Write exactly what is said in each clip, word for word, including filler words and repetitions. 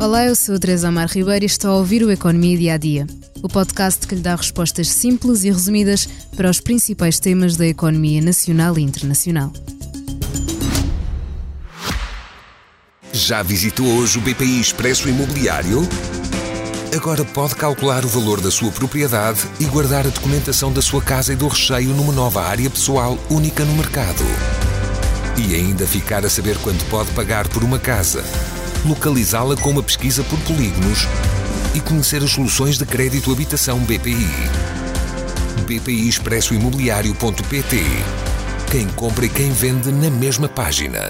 Olá, eu sou a Teresa Amar Ribeiro e estou a ouvir o Economia Dia a Dia, o podcast que lhe dá respostas simples e resumidas para os principais temas da economia nacional e internacional. Já visitou hoje o B P I Expresso Imobiliário? Agora pode calcular o valor da sua propriedade e guardar a documentação da sua casa e do recheio numa nova área pessoal única no mercado. E ainda ficar a saber quanto pode pagar por uma casa, localizá-la com uma pesquisa por polígonos e conhecer as soluções de crédito habitação B P I. B P I Expresso Imobiliário ponto pt. Quem compra e quem vende na mesma página.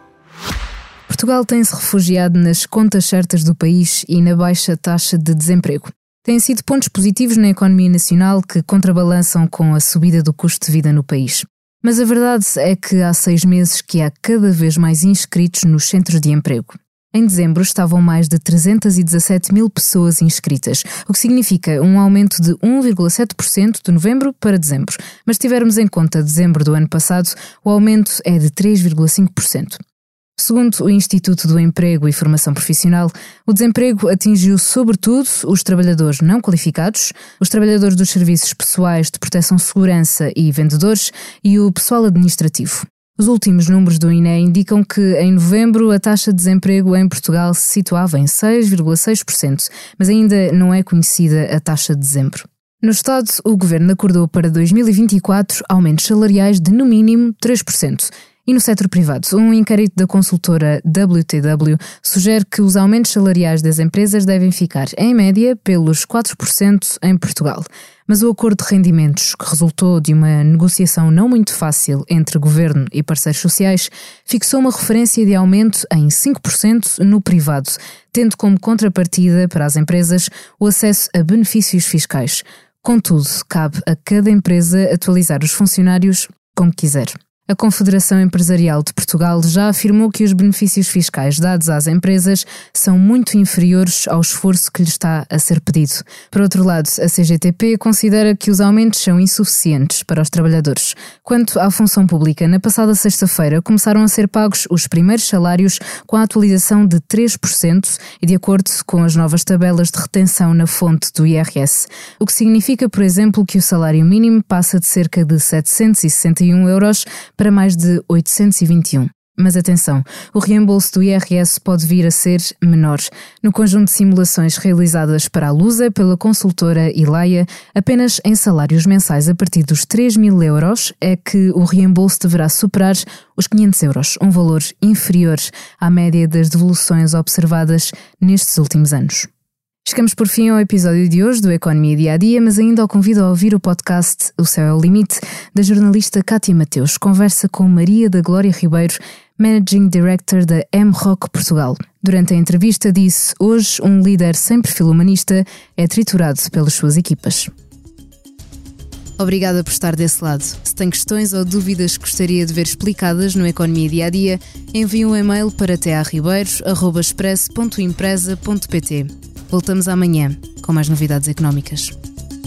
Portugal tem-se refugiado nas contas certas do país e na baixa taxa de desemprego. Têm sido pontos positivos na economia nacional que contrabalançam com a subida do custo de vida no país. Mas a verdade é que há seis meses que há cada vez mais inscritos nos centros de emprego. Em dezembro estavam mais de trezentos e dezassete mil pessoas inscritas, o que significa um aumento de um vírgula sete por cento de novembro para dezembro. Mas se tivermos em conta dezembro do ano passado, o aumento é de três vírgula cinco por cento. Segundo o Instituto do Emprego e Formação Profissional, o desemprego atingiu sobretudo os trabalhadores não qualificados, os trabalhadores dos serviços pessoais de proteção, segurança e vendedores e o pessoal administrativo. Os últimos números do I N E indicam que em novembro a taxa de desemprego em Portugal se situava em seis vírgula seis por cento, mas ainda não é conhecida a taxa de dezembro. No Estado, o Governo acordou para dois mil e vinte e quatro aumentos salariais de no mínimo três por cento. E no setor privado, um inquérito da consultora W T W sugere que os aumentos salariais das empresas devem ficar, em média, pelos quatro por cento em Portugal. Mas o acordo de rendimentos, que resultou de uma negociação não muito fácil entre governo e parceiros sociais, fixou uma referência de aumento em cinco por cento no privado, tendo como contrapartida para as empresas o acesso a benefícios fiscais. Contudo, cabe a cada empresa atualizar os funcionários como quiser. A Confederação Empresarial de Portugal já afirmou que os benefícios fiscais dados às empresas são muito inferiores ao esforço que lhe está a ser pedido. Por outro lado, a C G T P considera que os aumentos são insuficientes para os trabalhadores. Quanto à função pública, na passada sexta-feira começaram a ser pagos os primeiros salários com a atualização de três por cento e de acordo com as novas tabelas de retenção na fonte do I R S. O que significa, por exemplo, que o salário mínimo passa de cerca de setecentos e sessenta e um euros para mais de oitocentos e vinte e um. Mas atenção, o reembolso do I R S pode vir a ser menor. No conjunto de simulações realizadas para a Lusa pela consultora Ilaia, apenas em salários mensais a partir dos três mil euros é que o reembolso deverá superar os quinhentos euros, um valor inferior à média das devoluções observadas nestes últimos anos. Chegamos por fim ao episódio de hoje do Economia Dia a Dia, mas ainda o convido a ouvir o podcast O Céu é o Limite, da jornalista Cátia Mateus. Conversa com Maria da Glória Ribeiro, Managing Director da M-Rock Portugal. Durante a entrevista disse: hoje um líder sem perfil humanista é triturado pelas suas equipas. Obrigada por estar desse lado. Se tem questões ou dúvidas que gostaria de ver explicadas no Economia Dia a Dia, envie um e-mail para t a ribeiro arroba expresso ponto empresa ponto p t. Voltamos amanhã com mais novidades económicas.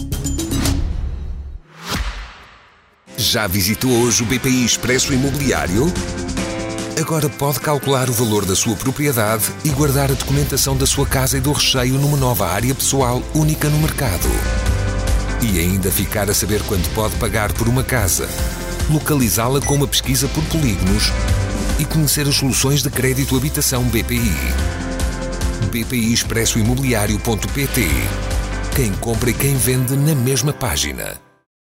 Já visitou hoje o B P I Expresso Imobiliário? Agora pode calcular o valor da sua propriedade e guardar a documentação da sua casa e do recheio numa nova área pessoal única no mercado. E ainda ficar a saber quanto pode pagar por uma casa, localizá-la com uma pesquisa por polígonos e conhecer as soluções de crédito habitação B P I. B P I Expresso Imobiliário ponto pt. Quem compra e quem vende na mesma página.